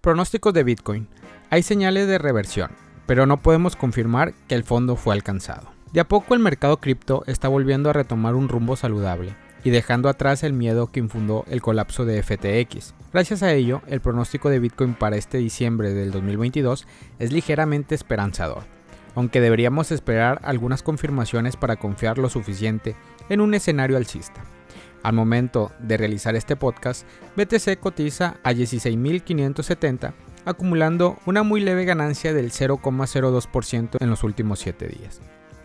Pronósticos de Bitcoin. Hay señales de reversión, pero no podemos confirmar que el fondo fue alcanzado. De a poco el mercado cripto está volviendo a retomar un rumbo saludable y dejando atrás el miedo que infundó el colapso de FTX. Gracias a ello, el pronóstico de Bitcoin para este diciembre del 2022 es ligeramente esperanzador, aunque deberíamos esperar algunas confirmaciones para confiar lo suficiente en un escenario alcista. Al momento de realizar este podcast, BTC cotiza a 16.570, acumulando una muy leve ganancia del 0,02% en los últimos 7 días.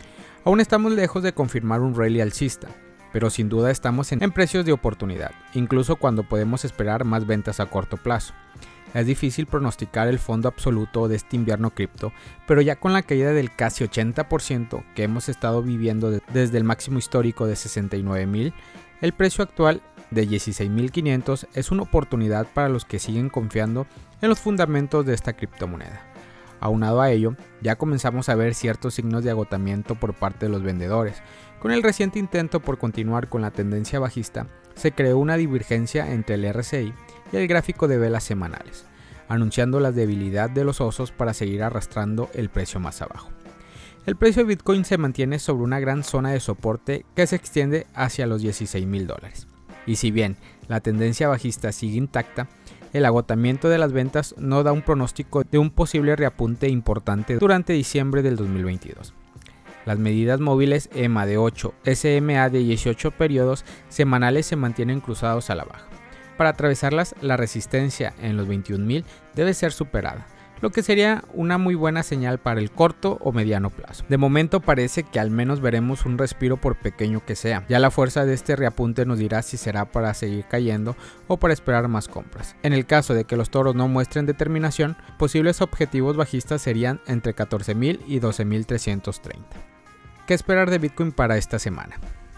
Aún estamos lejos de confirmar un rally alcista, pero sin duda estamos en precios de oportunidad, incluso cuando podemos esperar más ventas a corto plazo. Es difícil pronosticar el fondo absoluto de este invierno cripto, pero ya con la caída del casi 80% que hemos estado viviendo desde el máximo histórico de 69.000, el precio actual de 16.500 es una oportunidad para los que siguen confiando en los fundamentos de esta criptomoneda. Aunado a ello, ya comenzamos a ver ciertos signos de agotamiento por parte de los vendedores. Con el reciente intento por continuar con la tendencia bajista, se creó una divergencia entre el RSI y el gráfico de velas semanales, anunciando la debilidad de los osos para seguir arrastrando el precio más abajo. El precio de Bitcoin se mantiene sobre una gran zona de soporte que se extiende hacia los $16.000. Y si bien la tendencia bajista sigue intacta, el agotamiento de las ventas no da un pronóstico de un posible reapunte importante durante diciembre del 2022. Las medidas móviles EMA de 8, SMA de 18 periodos semanales se mantienen cruzados a la baja. Para atravesarlas, la resistencia en los 21.000 debe ser superada, lo que sería una muy buena señal para el corto o mediano plazo. De momento parece que al menos veremos un respiro por pequeño que sea. Ya la fuerza de este reapunte nos dirá si será para seguir cayendo o para esperar más compras. En el caso de que los toros no muestren determinación, posibles objetivos bajistas serían entre 14.000 y 12.330. ¿Qué esperar de Bitcoin para esta semana?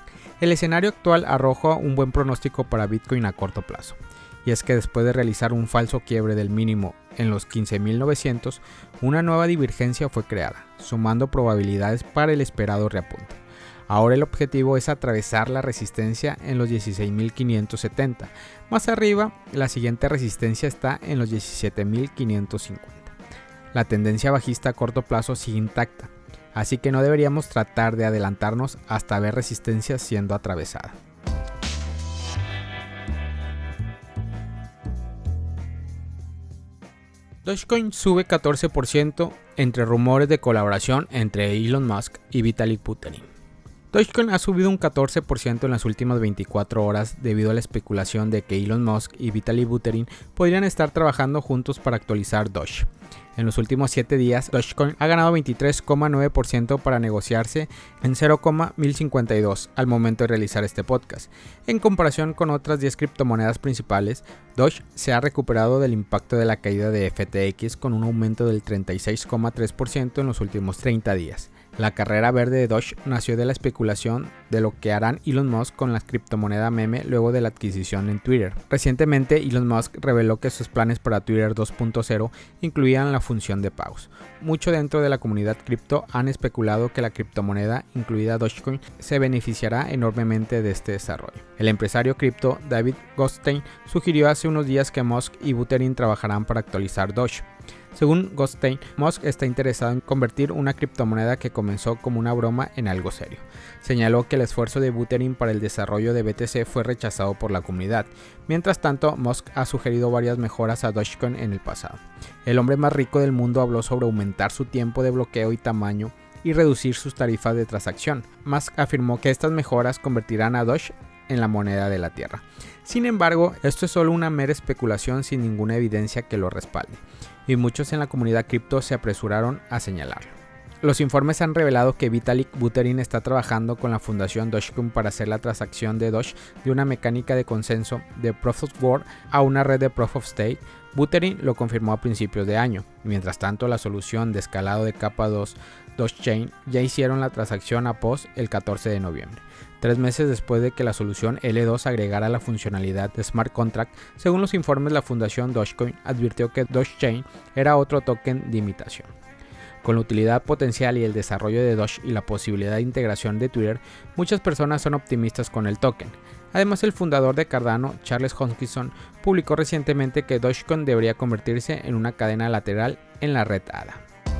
El escenario actual arroja un buen pronóstico para Bitcoin a corto plazo. Y es que después de realizar un falso quiebre del mínimo en los 15.900, una nueva divergencia fue creada, sumando probabilidades para el esperado reapunte. Ahora el objetivo es atravesar la resistencia en los 16.570. Más arriba, la siguiente resistencia está en los 17.550. La tendencia bajista a corto plazo sigue intacta, así que no deberíamos tratar de adelantarnos hasta ver resistencia siendo atravesada. Dogecoin sube 14% entre rumores de colaboración entre Elon Musk y Vitalik Buterin. Dogecoin ha subido un 14% en las últimas 24 horas debido a la especulación de que Elon Musk y Vitalik Buterin podrían estar trabajando juntos para actualizar Doge. En los últimos 7 días, Dogecoin ha ganado 23,9% para negociarse en 0,1052 al momento de realizar este podcast. En comparación con otras 10 criptomonedas principales, Doge se ha recuperado del impacto de la caída de FTX con un aumento del 36,3% en los últimos 30 días. La carrera verde de Doge nació de la especulación de lo que harán Elon Musk con la criptomoneda meme luego de la adquisición en Twitter. Recientemente, Elon Musk reveló que sus planes para Twitter 2.0 incluían la función de pagos. Mucho dentro de la comunidad cripto han especulado que la criptomoneda, incluida Dogecoin, se beneficiará enormemente de este desarrollo. El empresario cripto David Goldstein sugirió hace unos días que Musk y Buterin trabajarán para actualizar Doge. Según Goldstein, Musk está interesado en convertir una criptomoneda que comenzó como una broma en algo serio. Señaló que el esfuerzo de Buterin para el desarrollo de BTC fue rechazado por la comunidad. Mientras tanto, Musk ha sugerido varias mejoras a Dogecoin en el pasado. El hombre más rico del mundo habló sobre aumentar su tiempo de bloqueo y tamaño y reducir sus tarifas de transacción. Musk afirmó que estas mejoras convertirán a Doge en la moneda de la Tierra. Sin embargo, esto es solo una mera especulación sin ninguna evidencia que lo respalde, y muchos en la comunidad cripto se apresuraron a señalarlo. Los informes han revelado que Vitalik Buterin está trabajando con la fundación Dogecoin para hacer la transacción de Doge de una mecánica de consenso de Proof of Work a una red de Proof of Stake. Buterin lo confirmó a principios de año. Mientras tanto, la solución de escalado de capa 2 Dogechain ya hicieron la transacción a POS el 14 de noviembre. 3 meses después de que la solución L2 agregara la funcionalidad de Smart Contract. Según los informes, la fundación Dogecoin advirtió que Dogechain era otro token de imitación. Con la utilidad potencial y el desarrollo de Doge y la posibilidad de integración de Twitter, muchas personas son optimistas con el token. Además, el fundador de Cardano, Charles Hoskinson, publicó recientemente que Dogecoin debería convertirse en una cadena lateral en la red ADA.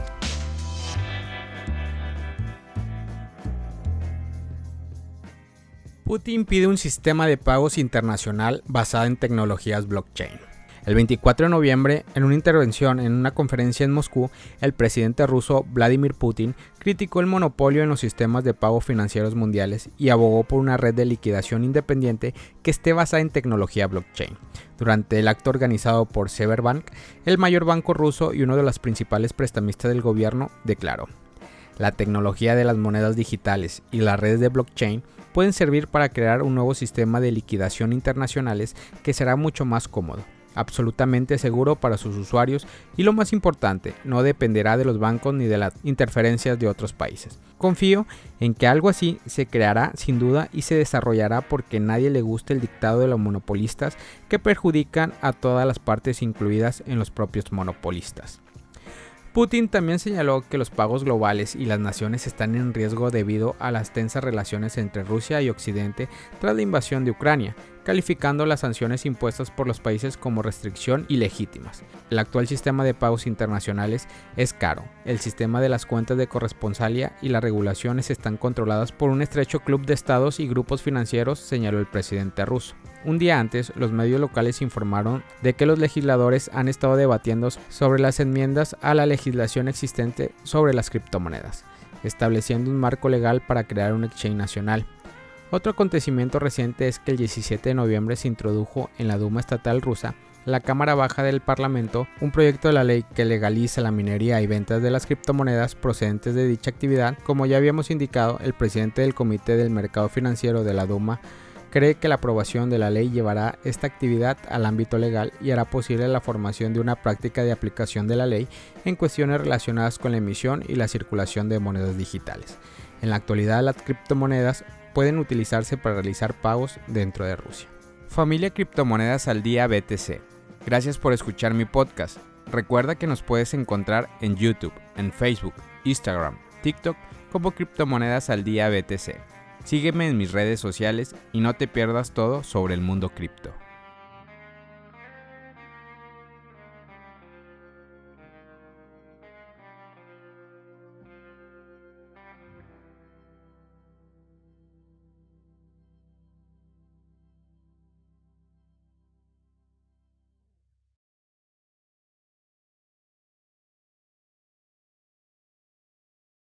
Putin pide un sistema de pagos internacional basado en tecnologías blockchain. El 24 de noviembre, en una intervención en una conferencia en Moscú, el presidente ruso Vladimir Putin criticó el monopolio en los sistemas de pago financieros mundiales y abogó por una red de liquidación independiente que esté basada en tecnología blockchain. Durante el acto organizado por Sberbank, el mayor banco ruso y uno de los principales prestamistas del gobierno, declaró: la tecnología de las monedas digitales y las redes de blockchain pueden servir para crear un nuevo sistema de liquidación internacionales que será mucho más cómodo, absolutamente seguro para sus usuarios y, lo más importante, no dependerá de los bancos ni de las interferencias de otros países. Confío en que algo así se creará sin duda y se desarrollará porque a nadie le gusta el dictado de los monopolistas que perjudican a todas las partes, incluidas en los propios monopolistas. Putin también señaló que los pagos globales y las naciones están en riesgo debido a las tensas relaciones entre Rusia y Occidente tras la invasión de Ucrania, calificando las sanciones impuestas por los países como restricción ilegítimas. El actual sistema de pagos internacionales es caro, el sistema de las cuentas de corresponsalía y las regulaciones están controladas por un estrecho club de estados y grupos financieros, señaló el presidente ruso. Un día antes, los medios locales informaron de que los legisladores han estado debatiendo sobre las enmiendas a la legislación existente sobre las criptomonedas, estableciendo un marco legal para crear un exchange nacional. Otro acontecimiento reciente es que el 17 de noviembre se introdujo en la Duma estatal rusa, la Cámara Baja del Parlamento, un proyecto de la ley que legaliza la minería y ventas de las criptomonedas procedentes de dicha actividad. Como ya habíamos indicado, el presidente del Comité del Mercado Financiero de la Duma cree que la aprobación de la ley llevará esta actividad al ámbito legal y hará posible la formación de una práctica de aplicación de la ley en cuestiones relacionadas con la emisión y la circulación de monedas digitales. En la actualidad, las criptomonedas pueden utilizarse para realizar pagos dentro de Rusia. Familia Criptomonedas al Día BTC. Gracias por escuchar mi podcast. Recuerda que nos puedes encontrar en YouTube, en Facebook, Instagram, TikTok como Criptomonedas al Día BTC. Sígueme en mis redes sociales y no te pierdas todo sobre el mundo cripto.